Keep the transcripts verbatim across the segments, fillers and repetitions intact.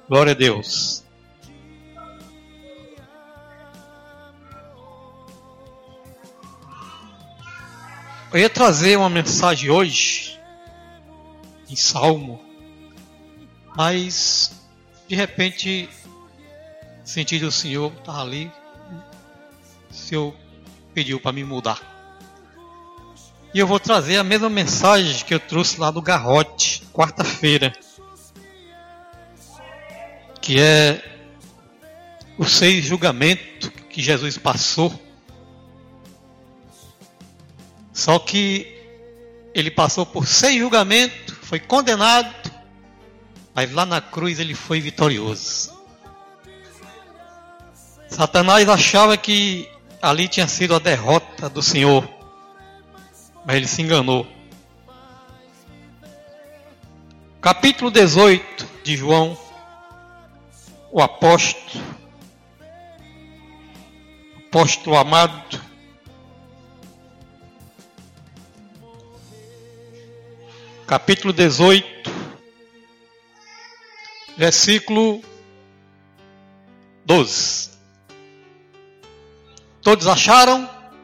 Glória a Deus. Eu ia trazer uma mensagem hoje, em Salmo, mas de repente senti do Senhor, estava ali, o Senhor pediu para me mudar. E eu vou trazer a mesma mensagem que eu trouxe lá do Garrote, quarta-feira, que é os seis julgamentos que Jesus passou. Só que ele passou por seis julgamentos, foi condenado, mas lá na cruz ele foi vitorioso. Satanás achava que ali tinha sido a derrota do Senhor, mas ele se enganou. Capítulo dezoito de João, o apóstolo, apóstolo amado, capítulo dezoito, versículo doze. Todos acharam?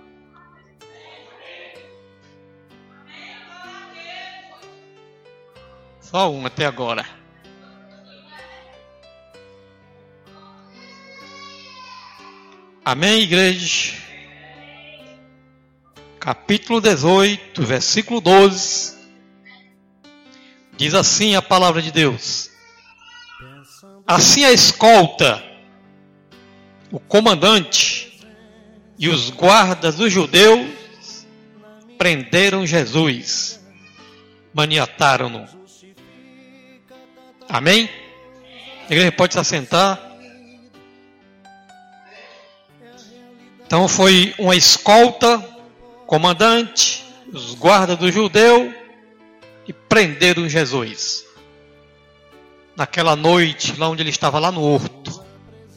Só um até agora. Amém, igreja? Capítulo dezoito, versículo doze. Diz assim a palavra de Deus: assim a escolta, o comandante e os guardas dos judeus prenderam Jesus, maniataram-no. Amém? A igreja pode se assentar. Então foi uma escolta, comandante, os guardas do judeu, e prenderam Jesus. Naquela noite, lá onde ele estava, lá no horto.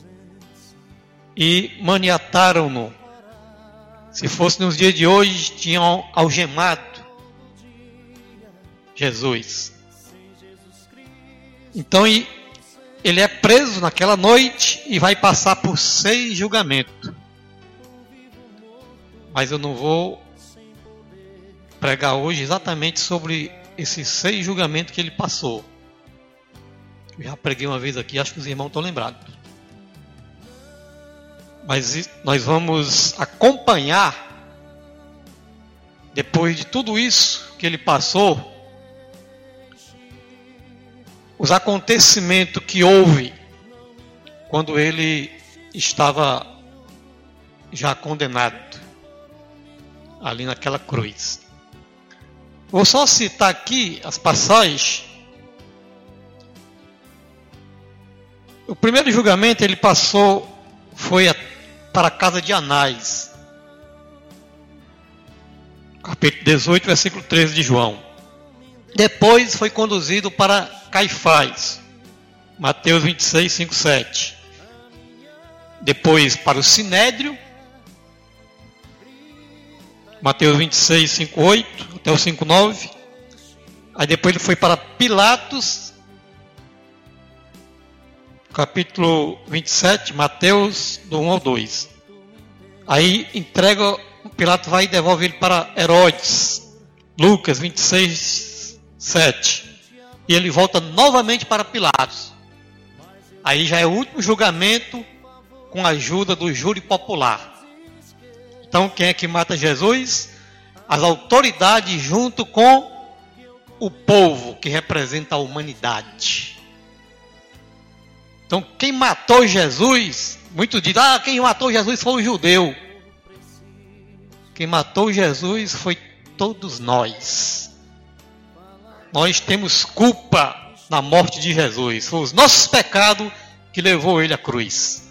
E maniataram-no. Se fosse nos dias de hoje, tinham algemado Jesus. Então ele é preso naquela noite e vai passar por seis julgamentos. Mas eu não vou pregar hoje exatamente sobre esses seis julgamentos que ele passou. Eu já preguei uma vez aqui, acho que os irmãos estão lembrados. Mas nós vamos acompanhar, depois de tudo isso que ele passou, os acontecimentos que houve quando ele estava já condenado ali naquela cruz. Vou só citar aqui as passagens. O primeiro julgamento ele passou, foi a, para a casa de Anás. Capítulo dezoito, versículo treze de João. Depois foi conduzido para Caifás. Mateus vinte e seis, cinco, sete. Depois para o Sinédrio. Mateus vinte e seis, cinco, oito até o cinco, nove. Aí depois ele foi para Pilatos, capítulo vinte e sete, Mateus do um ao dois. Aí entrega, Pilatos vai e devolve ele para Herodes, Lucas vinte e seis, sete. E ele volta novamente para Pilatos. Aí já é o último julgamento com a ajuda do júri popular. Então, quem é que mata Jesus? As autoridades junto com o povo, que representa a humanidade. Então, quem matou Jesus, muitos dizem, ah, quem matou Jesus foi o judeu. Quem matou Jesus foi todos nós. Nós temos culpa na morte de Jesus. Foi os nossos pecados que levou ele à cruz.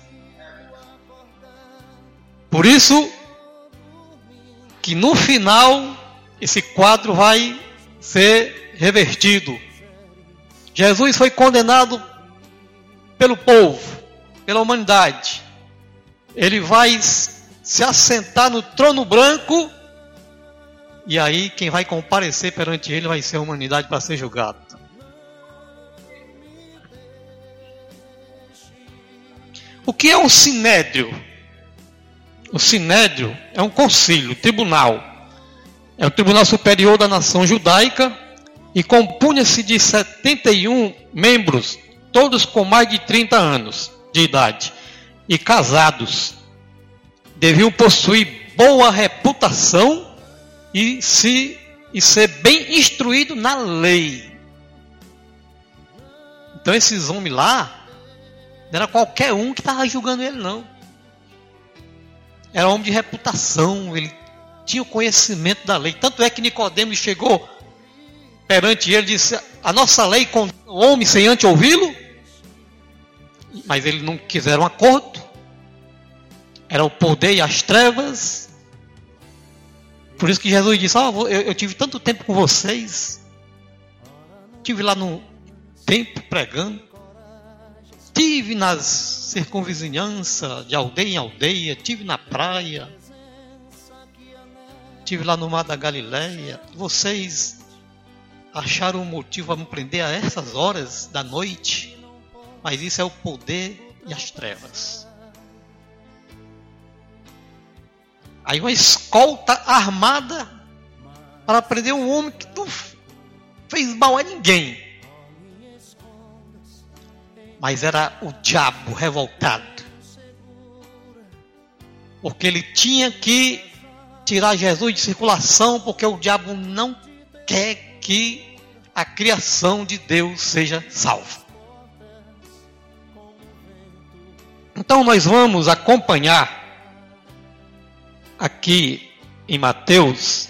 Por isso que no final esse quadro vai ser revertido. Jesus foi condenado pelo povo, pela humanidade. Ele vai se assentar no trono branco, e aí quem vai comparecer perante ele vai ser a humanidade para ser julgado. O que é um sinédrio? O sinédrio é um concílio, tribunal. É o Tribunal Superior da Nação Judaica e compunha-se de setenta e um membros, todos com mais de trinta anos de idade e casados. Deviam possuir boa reputação e, se, e ser bem instruído na lei. Então esses homens lá, não era qualquer um que estava julgando ele, não. Era homem de reputação, ele tinha o conhecimento da lei. Tanto é que Nicodemos chegou perante ele e disse: a nossa lei condena o homem sem antes ouvi-lo? Mas eles não quiseram acordo. Era o poder e as trevas. Por isso que Jesus disse: oh, eu, eu tive tanto tempo com vocês. Estive lá no templo pregando. Estive nas circunvizinhanças, de aldeia em aldeia. Estive na praia. Estive lá no mar da Galileia. Vocês acharam um motivo para me prender a essas horas da noite? Mas isso é o poder e as trevas. Aí uma escolta armada para prender um homem que não fez mal a ninguém. Mas era o diabo revoltado. Porque ele tinha que tirar Jesus de circulação, porque o diabo não quer que a criação de Deus seja salva. Então nós vamos acompanhar aqui em Mateus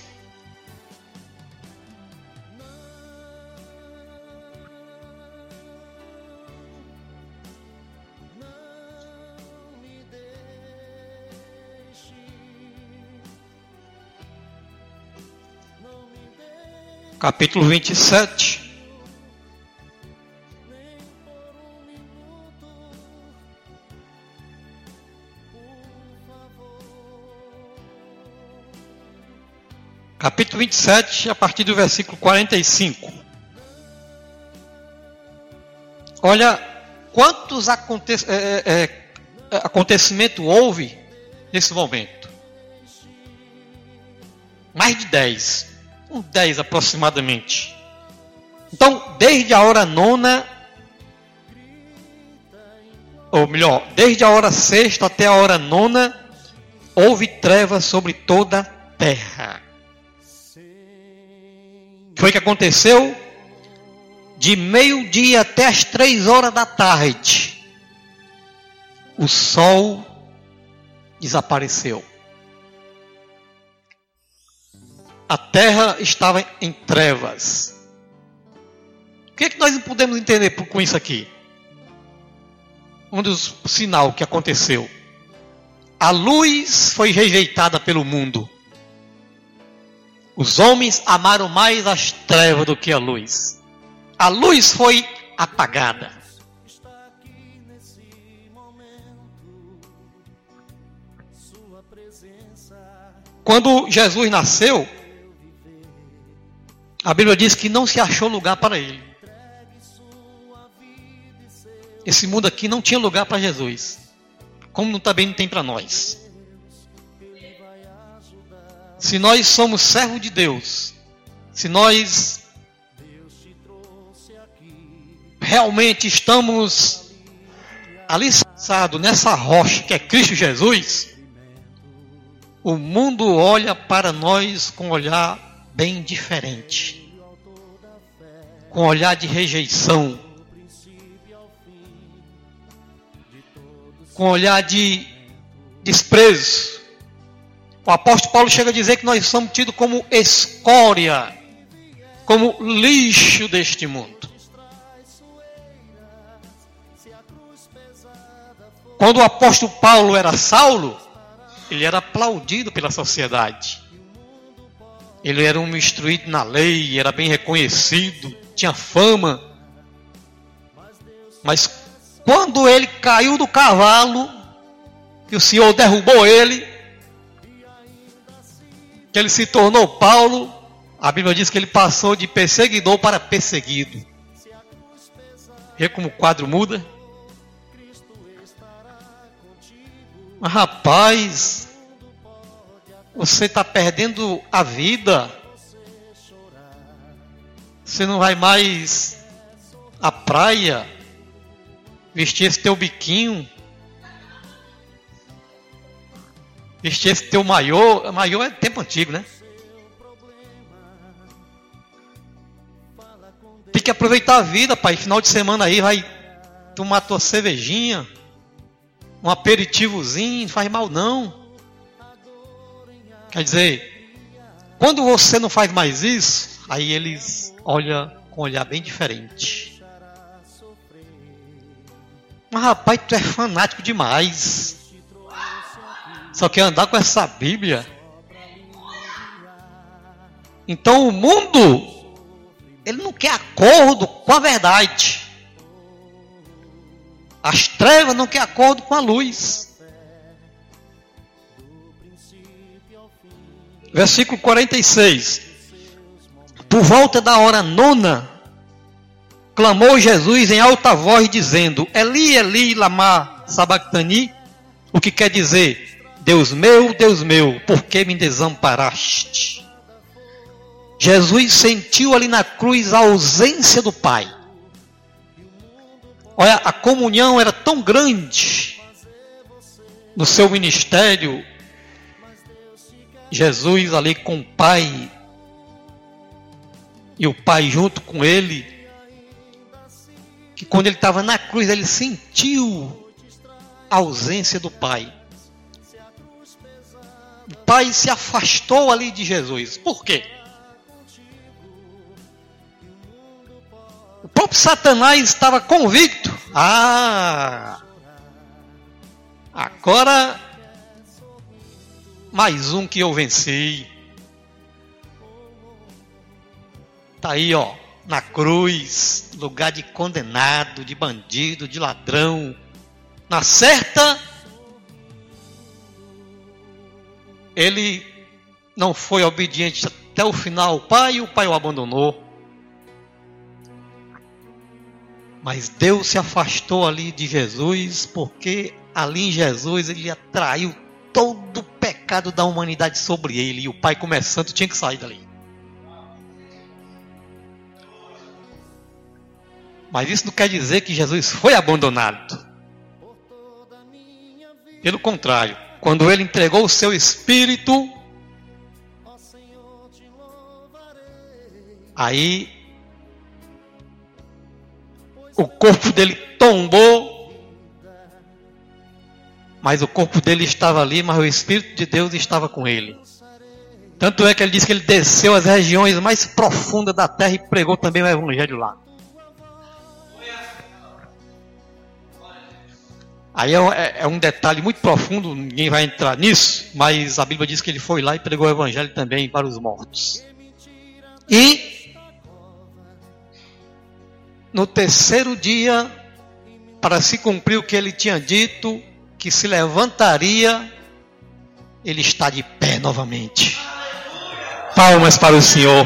capítulo vinte e sete. Capítulo vinte e sete, a partir do versículo quarenta e cinco. Olha quantos aconte- é, é, é, acontecimentos houve nesse momento. Mais de dez. Uns dez aproximadamente. Então, desde a hora nona, ou melhor, desde a hora sexta até a hora nona, houve trevas sobre toda a terra. Foi o que aconteceu de meio-dia até as três horas da tarde. O sol desapareceu. A terra estava em trevas. O que é que nós não podemos entender com isso aqui? Um dos sinais que aconteceu. A luz foi rejeitada pelo mundo. Os homens amaram mais as trevas do que a luz. A luz foi apagada. Quando Jesus nasceu, a Bíblia diz que não se achou lugar para ele. Esse mundo aqui não tinha lugar para Jesus, como também não tem para nós. Se nós somos servos de Deus, se nós realmente estamos alicerçados nessa rocha que é Cristo Jesus, o mundo olha para nós com um olhar bem diferente, com um olhar de rejeição, com um olhar de desprezo. O apóstolo Paulo chega a dizer que nós somos tidos como escória, como lixo deste mundo. Quando o apóstolo Paulo era Saulo, ele era aplaudido pela sociedade. Ele era um instruído na lei, era bem reconhecido, tinha fama. Mas quando ele caiu do cavalo, que o Senhor derrubou ele, que ele se tornou Paulo, a Bíblia diz que ele passou de perseguidor para perseguido. Vê como o quadro muda? Mas rapaz, você está perdendo a vida. Você não vai mais à praia vestir esse teu biquinho, vestir esse teu maiô. Maiô é tempo antigo, né? Tem que aproveitar a vida, pai. Final de semana aí vai tomar tua cervejinha, um aperitivozinho, não faz mal não. Quer dizer, quando você não faz mais isso, aí eles olham com um olhar bem diferente. Mas rapaz, tu é fanático demais. Só quer andar com essa Bíblia. Então o mundo, ele não quer acordo com a verdade. As trevas não querem acordo com a luz. Versículo quarenta e seis. Por volta da hora nona, clamou Jesus em alta voz, dizendo: Eli, Eli, lama sabactani, o que quer dizer: Deus meu, Deus meu, por que me desamparaste? Jesus sentiu ali na cruz a ausência do Pai. Olha, a comunhão era tão grande no seu ministério, Jesus ali com o Pai, e o Pai junto com ele, que quando ele estava na cruz, ele sentiu a ausência do Pai. O Pai se afastou ali de Jesus. Por quê? O próprio Satanás estava convicto. Ah, agora mais um que eu venci. Está aí, ó, na cruz, lugar de condenado, de bandido, de ladrão. Na certa, ele não foi obediente até o final ao Pai e o Pai o abandonou. Mas Deus se afastou ali de Jesus, porque ali em Jesus ele atraiu todo o pecado da humanidade sobre ele. E o Pai, como é santo, tinha que sair dali. Mas isso não quer dizer que Jesus foi abandonado. Pelo contrário, quando ele entregou o seu espírito, aí o corpo dele tombou, mas o corpo dele estava ali, mas o Espírito de Deus estava com ele. Tanto é que ele diz que ele desceu às regiões mais profundas da terra e pregou também o Evangelho lá. Aí é, é um detalhe muito profundo, ninguém vai entrar nisso, mas a Bíblia diz que ele foi lá e pregou o Evangelho também para os mortos. E no terceiro dia, para se cumprir o que ele tinha dito, que se levantaria, ele está de pé novamente. Palmas para o Senhor.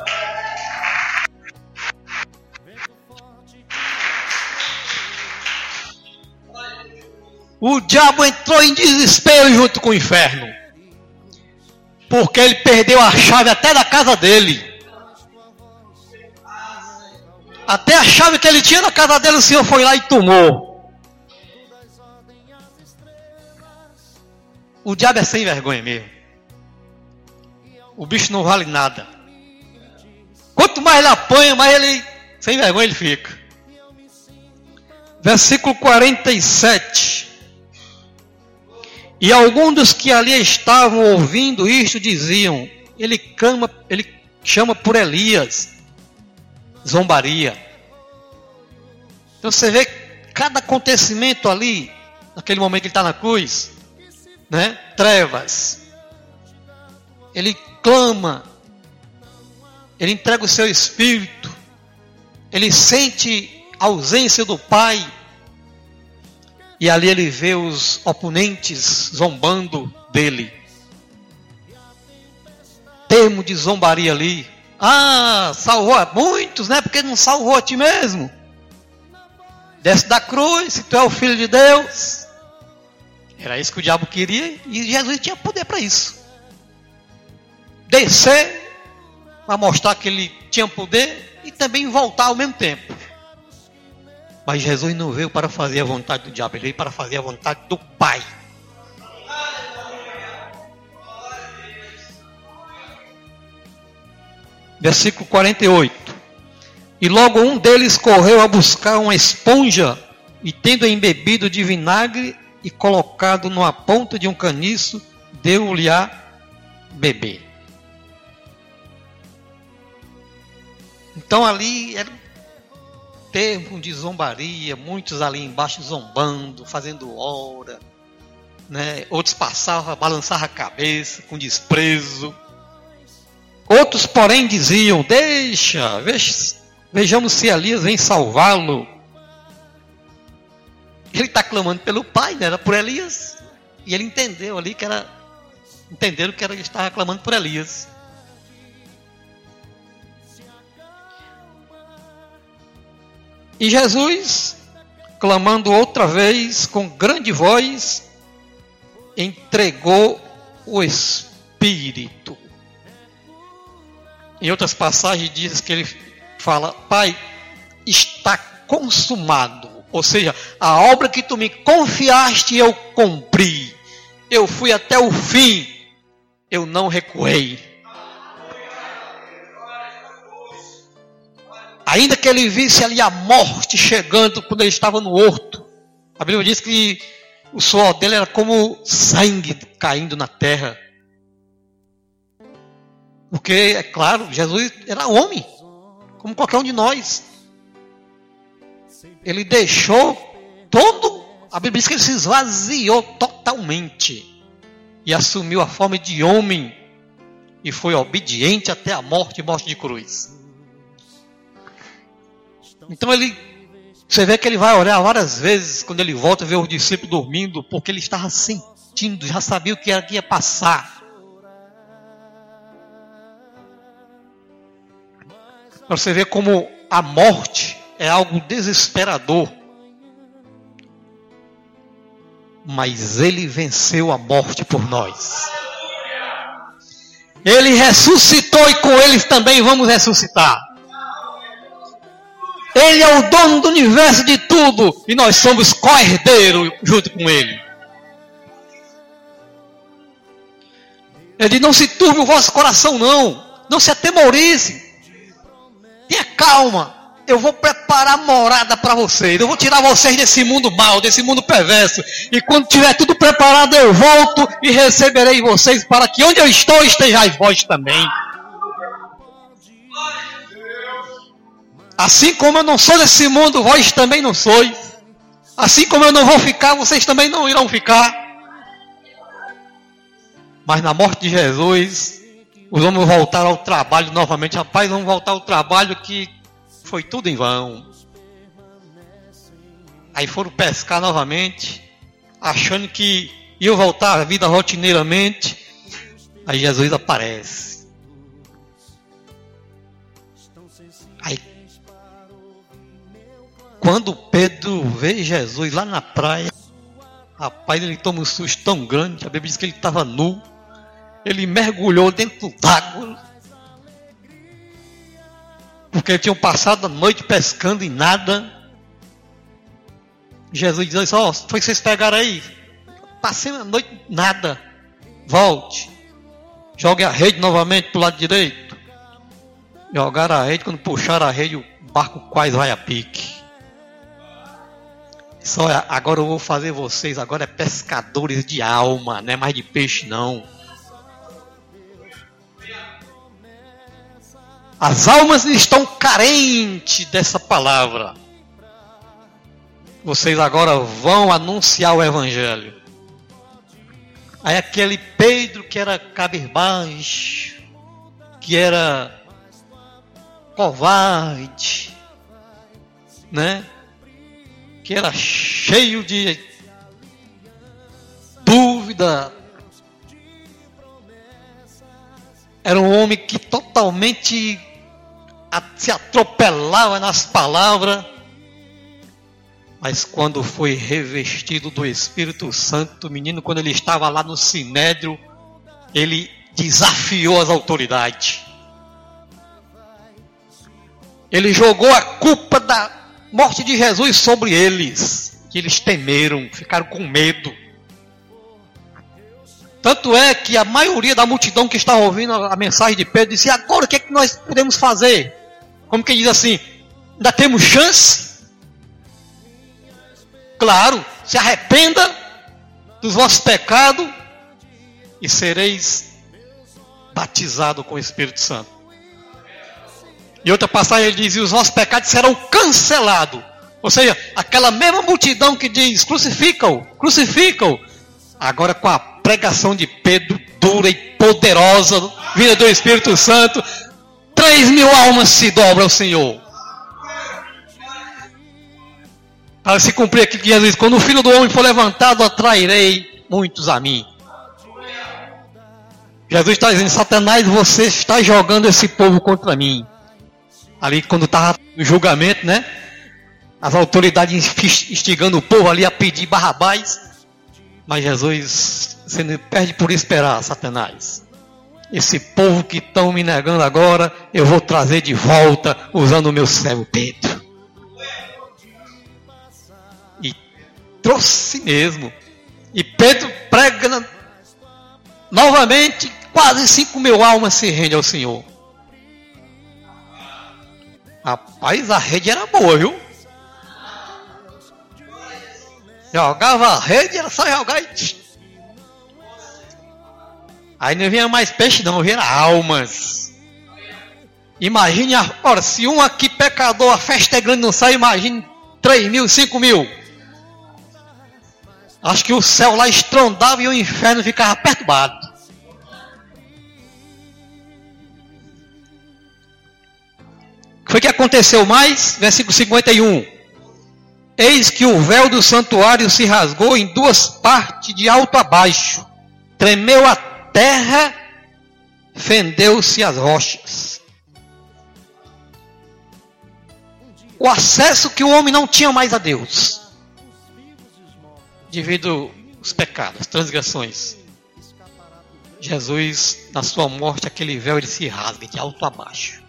O diabo entrou em desespero junto com o inferno, porque ele perdeu a chave até da casa dele. Até a chave que ele tinha na casa dele, o Senhor foi lá e tomou. O diabo é sem vergonha mesmo. O bicho não vale nada. Quanto mais ele apanha, mais ele, sem vergonha ele fica. Versículo quarenta e sete. E alguns dos que ali estavam ouvindo isto diziam: ele clama, ele chama por Elias. Zombaria. Então você vê cada acontecimento ali, naquele momento que ele está na cruz, né? Trevas. Ele clama, ele entrega o seu espírito, ele sente a ausência do Pai, e ali ele vê os oponentes zombando dele. Termo de zombaria ali. Ah, salvou a muitos, né? Porque não salvou a ti mesmo. Desce da cruz, se tu é o Filho de Deus. Era isso que o diabo queria e Jesus tinha poder para isso. Descer, para mostrar que ele tinha poder e também voltar ao mesmo tempo. Mas Jesus não veio para fazer a vontade do diabo, ele veio para fazer a vontade do Pai. Versículo quarenta e oito. E logo um deles correu a buscar uma esponja e, tendo embebido de vinagre e colocado numa ponta de um caniço, deu-lhe a beber. Então ali era um termo de zombaria, muitos ali embaixo zombando, fazendo hora, né? Outros passavam, balançavam a cabeça com desprezo. Outros, porém, diziam: deixa, vejamos se Elias vem salvá-lo. Ele está clamando pelo Pai, né? Era por Elias. E ele entendeu ali que era, entenderam que era, ele estava clamando por Elias. E Jesus, clamando outra vez com grande voz, entregou o Espírito. Em outras passagens diz que ele fala: Pai, está consumado. Ou seja, a obra que tu me confiaste eu cumpri. Eu fui até o fim. Eu não recuei. Ainda que ele visse ali a morte chegando quando ele estava no horto. A Bíblia diz que o suor dele era como sangue caindo na terra. Porque, é claro, Jesus era homem, como qualquer um de nós. Ele deixou todo, a Bíblia diz que ele se esvaziou totalmente. E assumiu a forma de homem. E foi obediente até a morte, morte de cruz. Então ele, você vê que ele vai orar várias vezes, quando ele volta a ver os discípulos dormindo, porque ele estava sentindo, já sabia o que era que ia passar. Para você ver como a morte é algo desesperador. Mas ele venceu a morte por nós. Ele ressuscitou e com ele também vamos ressuscitar. Ele é o dono do universo de tudo e nós somos co-herdeiros junto com ele. Ele diz: não se turbe o vosso coração não, não se atemorize. Tenha calma, eu vou preparar morada para vocês. Eu vou tirar vocês desse mundo mau, desse mundo perverso. E quando tiver tudo preparado, eu volto e receberei vocês para que onde eu estou, estejais vós também. Assim como eu não sou desse mundo, vós também não sois. Assim como eu não vou ficar, vocês também não irão ficar. Mas na morte de Jesus, vamos voltar ao trabalho novamente. Rapaz, vamos voltar ao trabalho que foi tudo em vão. Aí foram pescar novamente, achando que iam voltar à vida rotineiramente. Aí Jesus aparece. Aí, quando Pedro vê Jesus lá na praia, rapaz, ele toma um susto tão grande. A Bíblia diz que ele estava nu. Ele mergulhou dentro d'água. Porque tinham passado a noite pescando e nada. Jesus diz assim: ó, oh, foi que vocês pegaram aí? Passei a noite, nada. Volte. Jogue a rede novamente para o lado direito. Jogaram a rede, quando puxaram a rede, o barco quase vai a pique. Só agora eu vou fazer vocês, agora é pescadores de alma, não é mais de peixe não. As almas estão carentes dessa palavra. Vocês agora vão anunciar o Evangelho. Aí aquele Pedro que era cabisbaixo, que era covarde, né? Que era cheio de dúvida. Era um homem que totalmente se atropelava nas palavras. Mas quando foi revestido do Espírito Santo, o menino, quando ele estava lá no Sinédrio, ele desafiou as autoridades. Ele jogou a culpa da morte de Jesus sobre eles, que eles temeram, ficaram com medo. Tanto é que a maioria da multidão que estava ouvindo a mensagem de Pedro disse: agora o que é que nós podemos fazer? Como quem diz assim, ainda temos chance? Claro, se arrependa dos vossos pecados e sereis batizados com o Espírito Santo. E outra passagem ele diz: e os vossos pecados serão cancelados. Ou seja, aquela mesma multidão que diz: crucificam, crucificam. Agora com a pregação de Pedro, dura e poderosa, vinda do Espírito Santo, três mil almas se dobram ao Senhor. Para se cumprir aquilo que Jesus disse: quando o Filho do Homem for levantado, atrairei muitos a mim. Jesus está dizendo: Satanás, você está jogando esse povo contra mim. Ali quando estava no julgamento, né? As autoridades instigando o povo ali a pedir Barrabás. Mas Jesus, você não perde por esperar, Satanás. Esse povo que estão me negando agora, eu vou trazer de volta usando o meu servo Pedro. E trouxe mesmo. E Pedro prega novamente, quase cinco mil almas se rendem ao Senhor. Rapaz, a rede era boa, viu? Jogava a rede, era só jogar e... Aí não vinha mais peixe não, vinha almas. Imagine, a... ora, se um aqui pecador, a festa é grande, não sai, imagine três mil, cinco mil. Acho que o céu lá estrondava e o inferno ficava perturbado. O que foi que aconteceu mais? Versículo cinquenta e um. Eis que o véu do santuário se rasgou em duas partes de alto a baixo. Tremeu a terra, fendeu-se as rochas. O acesso que o homem não tinha mais a Deus, devido aos pecados, transgressões. Jesus, na sua morte, aquele véu ele se rasga de alto a baixo.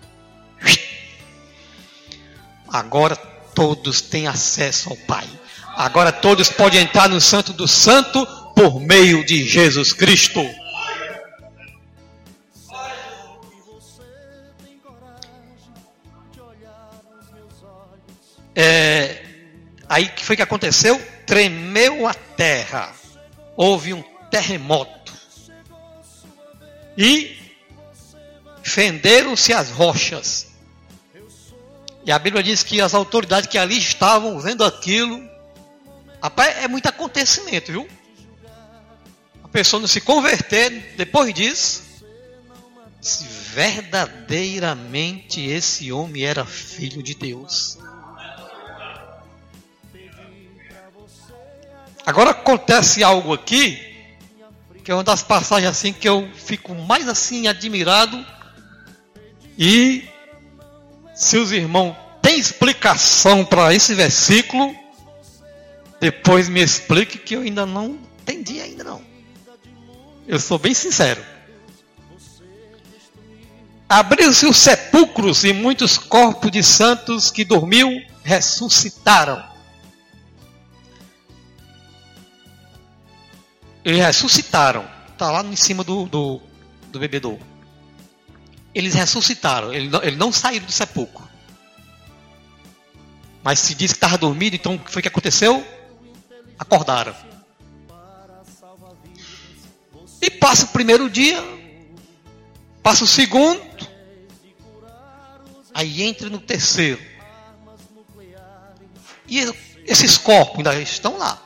Agora todos têm acesso ao Pai. Agora todos podem entrar no Santo do Santo por meio de Jesus Cristo. É, aí que foi que aconteceu? Tremeu a terra. Houve um terremoto. E fenderam-se as rochas. E a Bíblia diz que as autoridades que ali estavam vendo aquilo, rapaz, é muito acontecimento, viu? A pessoa não se converter depois disso, se verdadeiramente esse homem era filho de Deus. Agora acontece algo aqui, que é uma das passagens assim que eu fico mais assim admirado. E se os irmãos têm explicação para esse versículo, depois me explique, que eu ainda não entendi ainda não. Eu sou bem sincero. Abriu-se os sepulcros e muitos corpos de santos que dormiam ressuscitaram. Eles ressuscitaram. Está lá em cima do, do, do bebedouro. Eles ressuscitaram. Eles não, eles não saíram do sepulcro. Mas se diz que estava dormindo, então o que foi que aconteceu? Acordaram. E passa o primeiro dia. Passa o segundo. Aí entra no terceiro. E esses corpos ainda estão lá.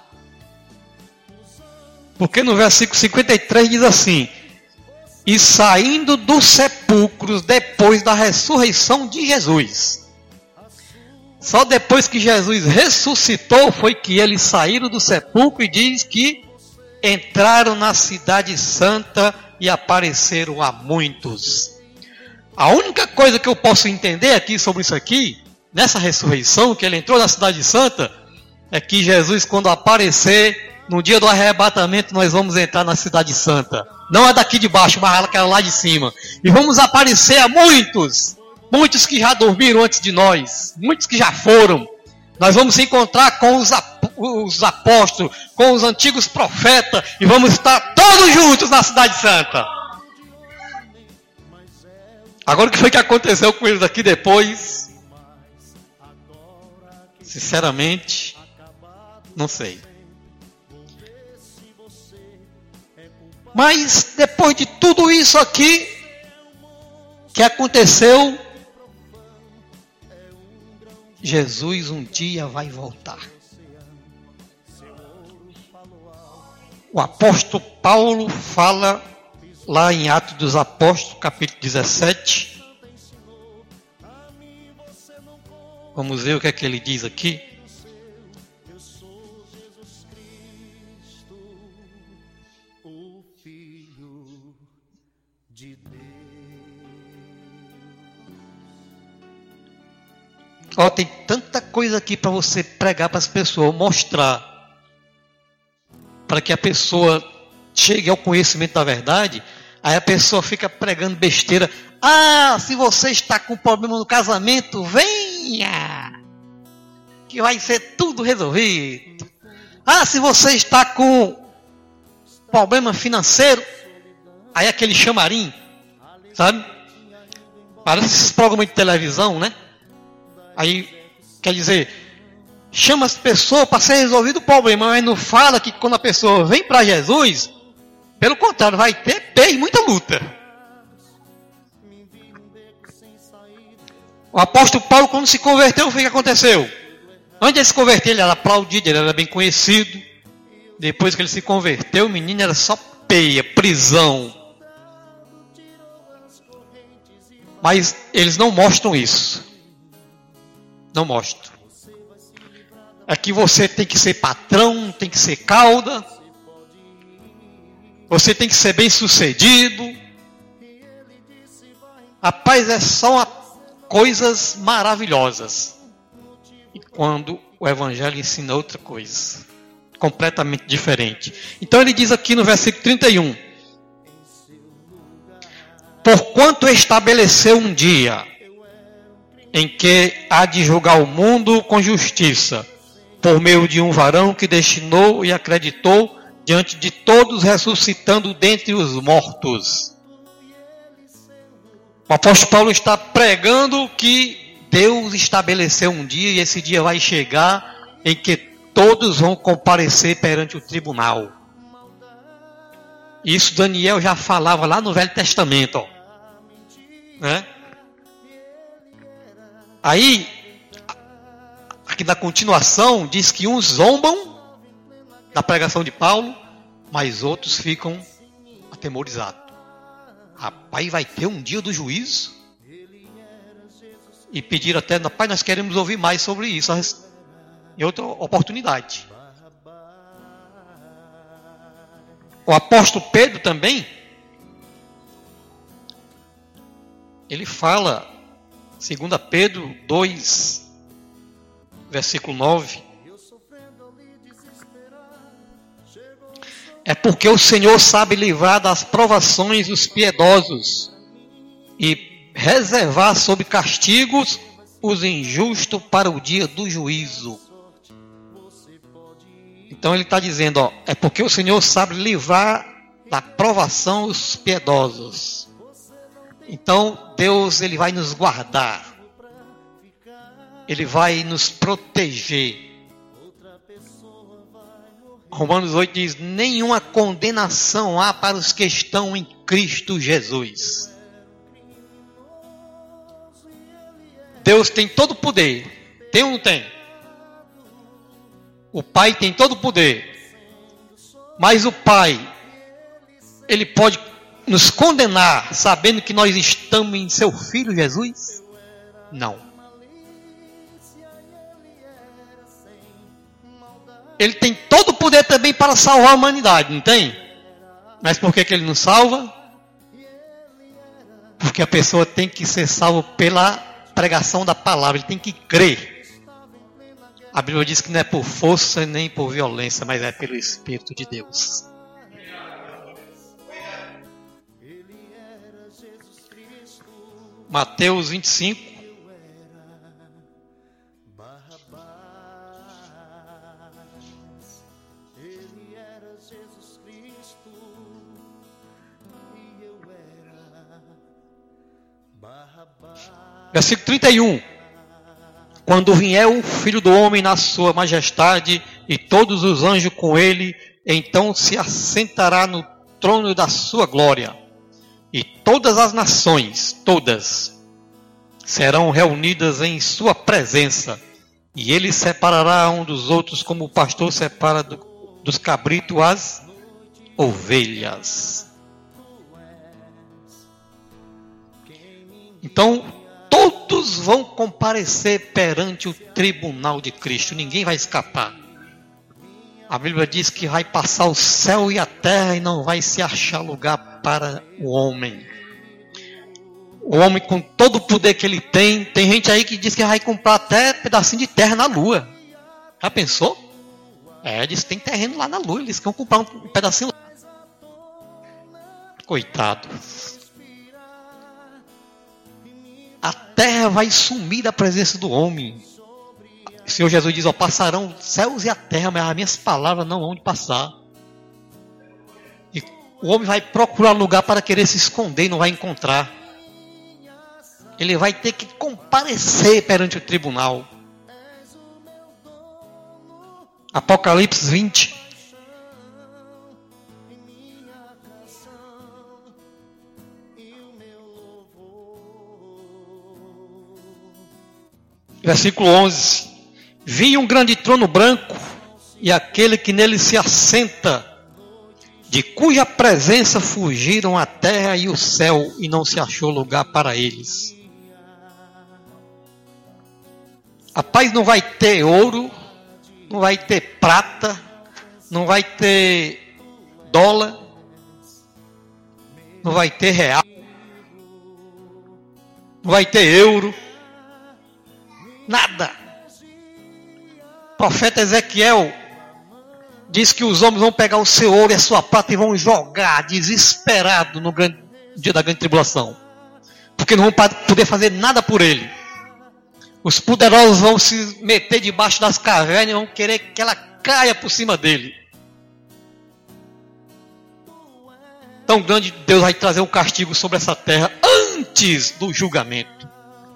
Porque no versículo cinquenta e três diz assim: e saindo dos sepulcros depois da ressurreição de Jesus. Só depois que Jesus ressuscitou foi que eles saíram do sepulcro, e diz que entraram na cidade santa e apareceram a muitos. A única coisa que eu posso entender aqui sobre isso aqui, nessa ressurreição, que ele entrou na cidade santa, é que Jesus, quando aparecer, no dia do arrebatamento, nós vamos entrar na cidade santa. Não é daqui de baixo, mas aquela lá de cima. E vamos aparecer a muitos, muitos que já dormiram antes de nós, muitos que já foram. Nós vamos se encontrar com os, ap- os apóstolos, com os antigos profetas, e vamos estar todos juntos na cidade santa. Agora o que foi que aconteceu com eles aqui depois? Sinceramente, não sei. Mas depois de tudo isso aqui que aconteceu, Jesus um dia vai voltar. O apóstolo Paulo fala lá em Atos dos Apóstolos, capítulo dezessete. Vamos ver o que é que ele diz aqui. Ó, tem tanta coisa aqui para você pregar para as pessoas, mostrar, para que a pessoa chegue ao conhecimento da verdade. Aí a pessoa fica pregando besteira. Ah, se você está com problema no casamento, venha, que vai ser tudo resolvido. Ah, se você está com problema financeiro, aí aquele chamarim, sabe? Parece esses programas de televisão, né? Aí, quer dizer, chama as pessoas para ser resolvido o problema, mas não fala que quando a pessoa vem para Jesus, pelo contrário, vai ter pé e muita luta. O apóstolo Paulo, quando se converteu, o que aconteceu? Antes de se converter, ele era aplaudido, ele era bem conhecido. Depois que ele se converteu, o menino era só peia, prisão. Mas eles não mostram isso. Não mostro. Aqui você tem que ser patrão, tem que ser cauda. Você tem que ser bem sucedido. Rapaz, é só coisas maravilhosas. E quando o Evangelho ensina outra coisa, completamente diferente. Então ele diz aqui no versículo trinta e um. Porquanto estabeleceu um dia em que há de julgar o mundo com justiça, por meio de um varão que destinou e acreditou diante de todos, ressuscitando dentre os mortos. O apóstolo Paulo está pregando que Deus estabeleceu um dia, e esse dia vai chegar em que todos vão comparecer perante o tribunal. Isso Daniel já falava lá no Velho Testamento, ó, né? Aí, aqui na continuação, diz que uns zombam da pregação de Paulo, mas outros ficam atemorizados. Rapaz, vai ter um dia do juízo? E pediram até, rapaz, nós queremos ouvir mais sobre isso, em outra oportunidade. O apóstolo Pedro também, ele fala, segundo Pedro dois, versículo nove. É porque o Senhor sabe livrar das provações os piedosos e reservar sob castigos os injustos para o dia do juízo. Então ele está dizendo, ó, é porque o Senhor sabe livrar da provação os piedosos. Então Deus, ele vai nos guardar. Ele vai nos proteger. Romanos oito diz, nenhuma condenação há para os que estão em Cristo Jesus. Deus tem todo o poder. Tem ou não tem? O Pai tem todo o poder. Mas o Pai, ele pode nos condenar sabendo que nós estamos em seu Filho Jesus? Não. Ele tem todo o poder também para salvar a humanidade, não tem? Mas por que que ele não salva? Porque a pessoa tem que ser salva pela pregação da palavra, ele tem que crer. A Bíblia diz que não é por força nem por violência, mas é pelo Espírito de Deus. Mateus vinte e cinco. Versículo trinta e um. Quando vier o Filho do Homem na sua majestade e todos os anjos com ele, então se assentará no trono da sua glória. E todas as nações, todas, serão reunidas em sua presença. E ele separará um dos outros como o pastor separa do, dos cabritos as ovelhas. Então, todos vão comparecer perante o tribunal de Cristo. Ninguém vai escapar. A Bíblia diz que vai passar o céu e a terra e não vai se achar lugar para o homem. O homem, com todo o poder que ele tem, tem gente aí que diz que vai comprar até pedacinho de terra na lua. Já pensou? É, diz que tem terreno lá na lua. Eles vão comprar um pedacinho lá. Coitado. A terra vai sumir da presença do homem. O Senhor Jesus diz, ó, passarão os céus e a terra, mas as minhas palavras não vão de passar. E o homem vai procurar lugar para querer se esconder e não vai encontrar. Ele vai ter que comparecer perante o tribunal. Apocalipse vinte. Versículo onze. Vi um grande trono branco e aquele que nele se assenta, de cuja presença fugiram a terra e o céu e não se achou lugar para eles. A paz não vai ter ouro, não vai ter prata, não vai ter dólar, não vai ter real, não vai ter euro. Nada. O profeta Ezequiel diz que os homens vão pegar o seu ouro e a sua prata e vão jogar desesperado no grande, dia da grande tribulação. Porque não vão poder fazer nada por ele. Os poderosos vão se meter debaixo das cavernas e vão querer que ela caia por cima dele. Tão grande Deus vai trazer um castigo sobre essa terra antes do julgamento.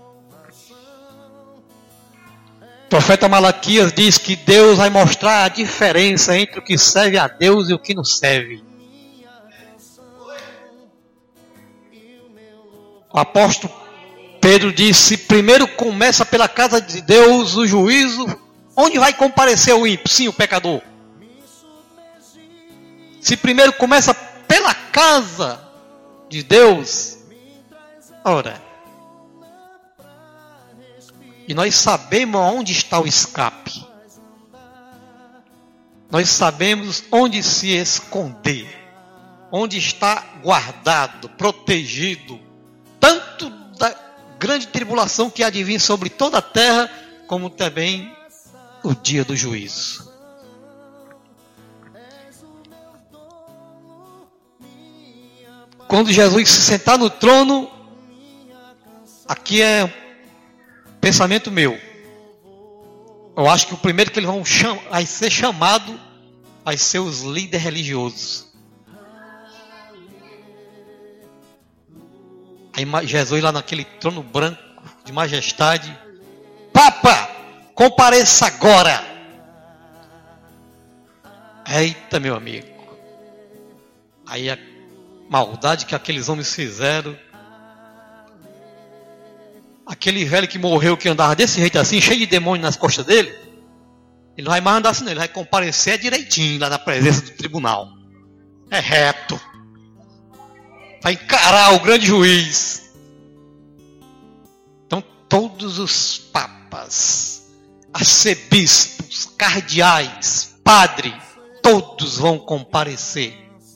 O profeta Malaquias diz que Deus vai mostrar a diferença entre o que serve a Deus e o que não serve. O apóstolo Pedro disse, primeiro começa pela casa de Deus o juízo, onde vai comparecer o ímpio? Sim, o pecador. Se primeiro começa pela casa de Deus, ora... E nós sabemos onde está o escape. Nós sabemos onde se esconder. Onde está guardado, protegido. Tanto da grande tribulação que há de vir sobre toda a terra, como também o dia do juízo. Quando Jesus se sentar no trono, aqui é pensamento meu. Eu acho que o primeiro que eles vão cham- vai ser chamado vai ser os líderes religiosos. Aí Jesus lá naquele trono branco de majestade. Papa, compareça agora. Eita, meu amigo. Aí a maldade que aqueles homens fizeram. Aquele velho que morreu, que andava desse jeito assim, cheio de demônio nas costas dele, ele não vai mais andar assim, não. Ele vai comparecer direitinho lá na presença do tribunal. É reto. Vai encarar o grande juiz. Então, todos os papas, arcebispos, cardeais, padre, todos vão comparecer.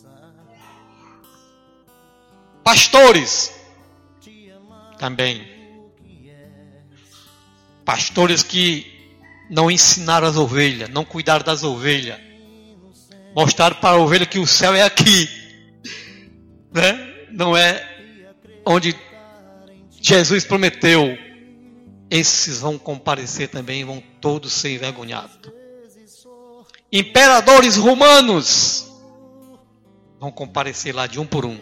Pastores, também. Pastores que não ensinaram as ovelhas, não cuidaram das ovelhas. Mostraram para a ovelha que o céu é aqui, né? Não é onde Jesus prometeu. Esses vão comparecer também, vão todos ser envergonhados. Imperadores romanos vão comparecer lá de um por um.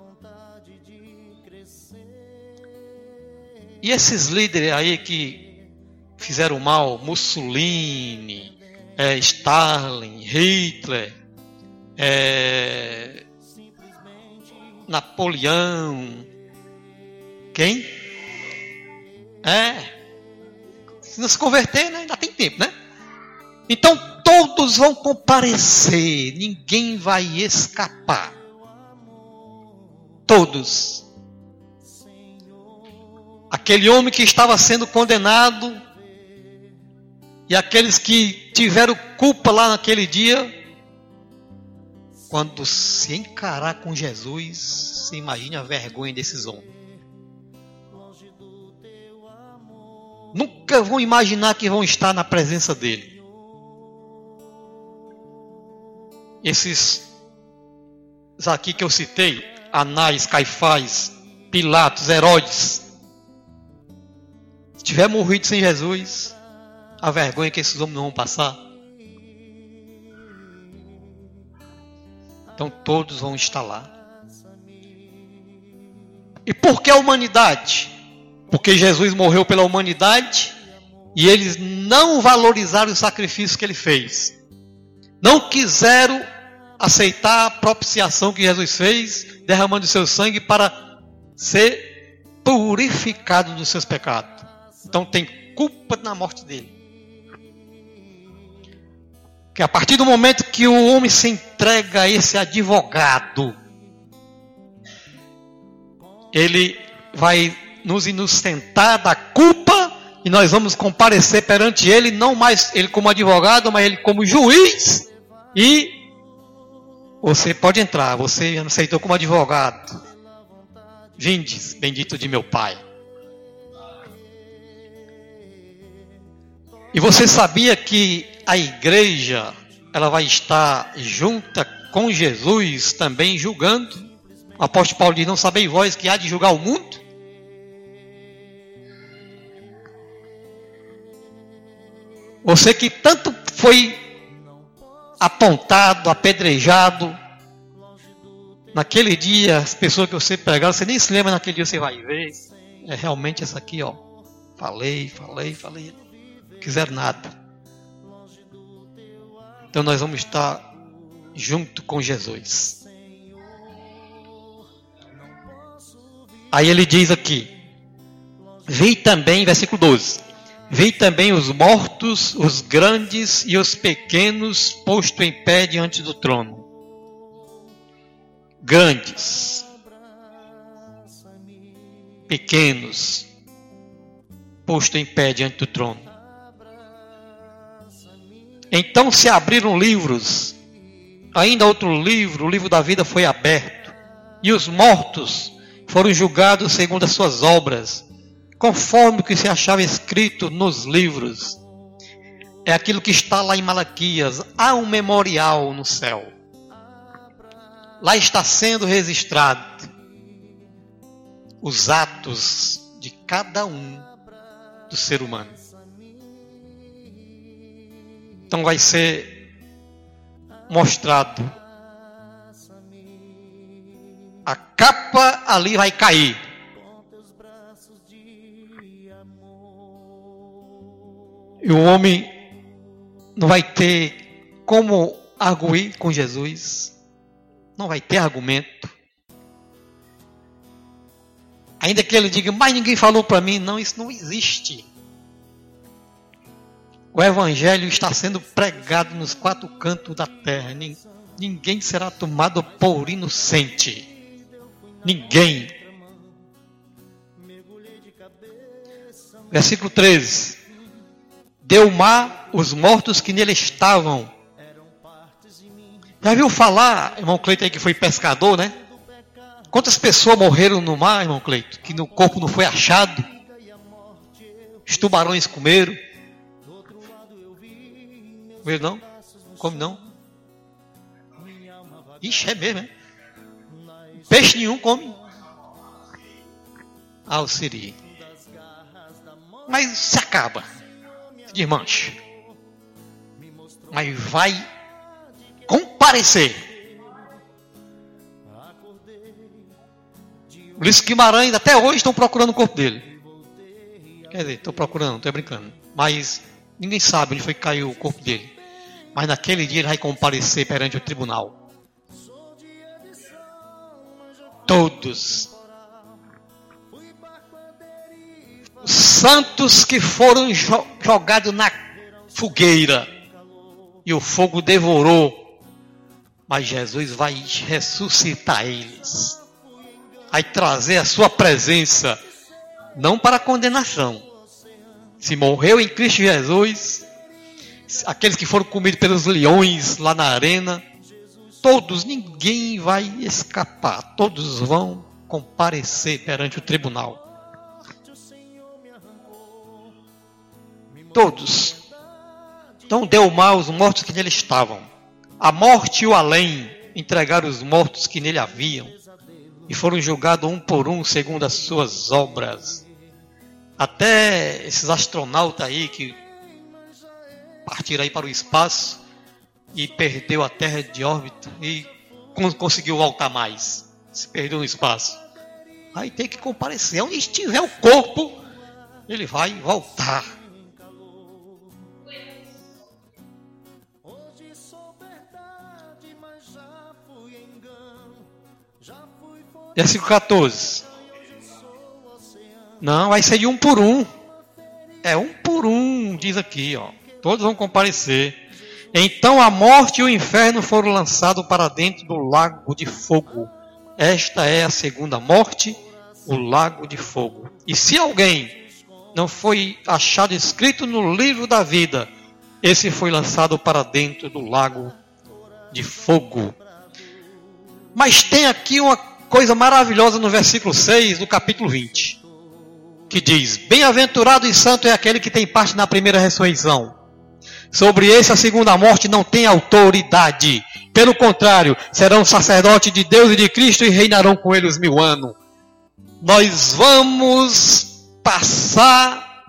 E esses líderes aí que fizeram mal, Mussolini, é, Stalin, Hitler, é, Napoleão, quem? É, se não se converter, né, ainda tem tempo, né? Então todos vão comparecer, ninguém vai escapar. Todos. Aquele homem que estava sendo condenado e aqueles que tiveram culpa lá naquele dia, quando se encarar com Jesus, você imagina a vergonha desses homens. Nunca vão imaginar que vão estar na presença dele. Esses aqui que eu citei, Anás, Caifás, Pilatos, Herodes, se tiver morrido sem Jesus, a vergonha que esses homens não vão passar. Então todos vão estar lá. E por que a humanidade? Porque Jesus morreu pela humanidade e eles não valorizaram o sacrifício que ele fez. Não quiseram aceitar a propiciação que Jesus fez, derramando o seu sangue para ser purificado dos seus pecados. Então tem culpa na morte dele. Que a partir do momento que o homem se entrega a esse advogado, ele vai nos inocentar da culpa e nós vamos comparecer perante ele, não mais ele como advogado, mas ele como juiz. E você pode entrar, você já aceitou como advogado. Vindes, bendito de meu Pai. E você sabia que a igreja, ela vai estar junta com Jesus também julgando? O apóstolo Paulo diz, não sabeis vós que há de julgar o mundo? Você que tanto foi apontado, apedrejado, naquele dia, as pessoas que você pregaram, você nem se lembra, naquele dia você vai ver, é realmente essa aqui, ó, falei, falei, falei, não quiseram nada. Então nós vamos estar junto com Jesus. Aí ele diz aqui, vi também, versículo doze, vi também os mortos, os grandes e os pequenos, posto em pé diante do trono. Grandes, pequenos, posto em pé diante do trono. Então se abriram livros, ainda outro livro, o livro da vida foi aberto, e os mortos foram julgados segundo as suas obras, conforme o que se achava escrito nos livros. É aquilo que está lá em Malaquias, há um memorial no céu. Lá está sendo registrado os atos de cada um do ser humano. Então vai ser mostrado. A capa ali vai cair. E o homem não vai ter como arguir com Jesus. Não vai ter argumento. Ainda que ele diga, mas ninguém falou para mim. Não, isso não existe. O evangelho está sendo pregado nos quatro cantos da terra. Ninguém será tomado por inocente. Ninguém. Versículo treze. Deu o mar os mortos que nele estavam. Já viu falar, irmão Cleito aí que foi pescador, né? Quantas pessoas morreram no mar, irmão Cleito? Que no corpo não foi achado. Os tubarões comeram. Comer não? Come não? Ixi, é mesmo, é? Peixe nenhum come. Ah, o siri. Mas se acaba. Se desmancha. Mas vai comparecer. Luiz Guimarães até hoje estão procurando o corpo dele. Quer dizer, estou procurando, estou brincando. Mas ninguém sabe onde foi que caiu o corpo dele. Mas naquele dia ele vai comparecer perante o tribunal. Todos os santos que foram jo- jogados na fogueira e o fogo devorou. Mas Jesus vai ressuscitar eles. Vai trazer a sua presença, não para condenação. Se morreu em Cristo Jesus, aqueles que foram comidos pelos leões lá na arena, todos, ninguém vai escapar, todos vão comparecer perante o tribunal. Todos. Então deu mal os mortos que nele estavam. A morte e o além entregaram os mortos que nele haviam. E foram julgados um por um segundo as suas obras. Até esses astronautas aí que partiram aí para o espaço e perdeu a Terra de órbita e conseguiu voltar mais. Se perdeu no espaço. Aí tem que comparecer. Onde estiver o corpo, ele vai voltar. Versículo quatorze. Não, vai ser de um por um. É um por um, diz aqui, ó. Todos vão comparecer. Então a morte e o inferno foram lançados para dentro do lago de fogo. Esta é a segunda morte, o lago de fogo. E se alguém não foi achado escrito no livro da vida, esse foi lançado para dentro do lago de fogo. Mas tem aqui uma coisa maravilhosa no versículo seis do capítulo vinte, que diz: bem-aventurado e santo é aquele que tem parte na primeira ressurreição. Sobre esse a segunda morte não tem autoridade. Pelo contrário, serão sacerdotes de Deus e de Cristo e reinarão com ele os mil anos. Nós vamos passar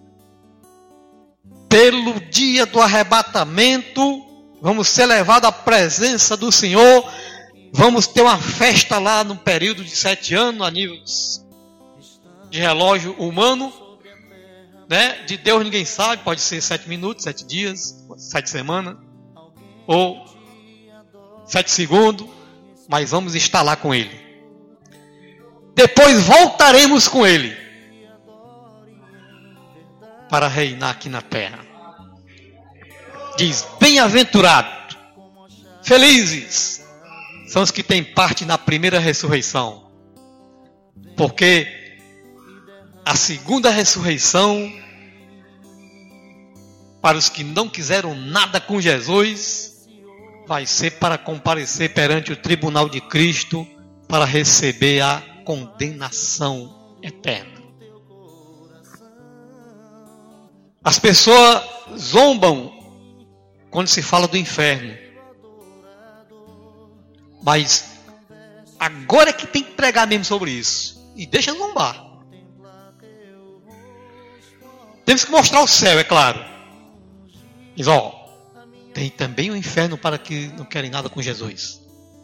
pelo dia do arrebatamento, vamos ser levados à presença do Senhor. Vamos ter uma festa lá no período de sete anos, a nível de relógio humano, né? De Deus ninguém sabe, pode ser sete minutos, sete dias, sete semanas, ou sete segundos, mas vamos estar lá com Ele. Depois voltaremos com Ele para reinar aqui na terra. Diz: bem-aventurado, felizes são os que têm parte na primeira ressurreição. Porque a segunda ressurreição, para os que não quiseram nada com Jesus, vai ser para comparecer perante o tribunal de Cristo para receber a condenação eterna. As pessoas zombam quando se fala do inferno. Mas agora é que tem que pregar mesmo sobre isso. E deixa zombar. Temos que mostrar o céu, é claro. Diz, ó, tem também o inferno para que não querem nada com Jesus.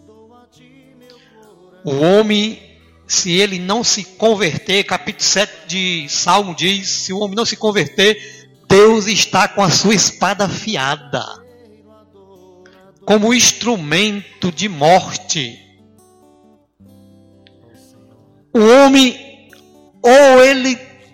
O homem, se ele não se converter, capítulo sete de Salmo diz, se o homem não se converter, Deus está com a sua espada afiada, como instrumento de morte. O homem, ou ele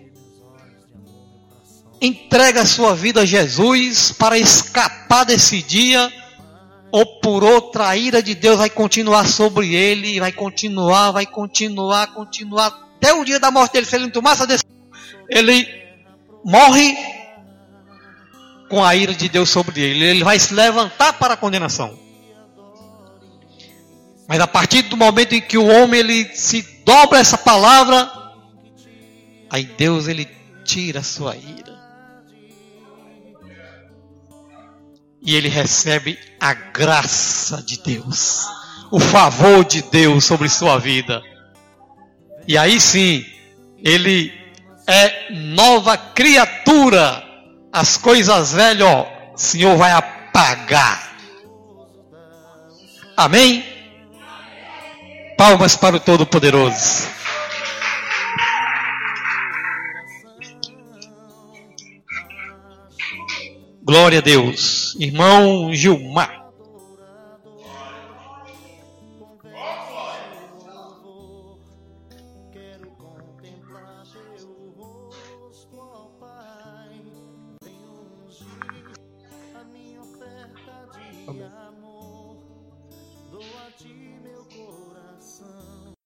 entrega a sua vida a Jesus para escapar desse dia, ou por outra, a ira de Deus vai continuar sobre ele, vai continuar, vai continuar, continuar, até o dia da morte dele. Se ele não tomar essa decisão, ele morre com a ira de Deus sobre ele. Ele vai se levantar para a condenação. Mas a partir do momento em que o homem ele se dobra essa palavra, aí Deus ele tira a sua ira. e ele recebe a graça de Deus, o favor de Deus sobre sua vida. E aí sim, ele é nova criatura. As coisas velhas, ó, o Senhor vai apagar. Amém? Palmas para o Todo-Poderoso. Glória a Deus. Irmão Gilmar. Amém.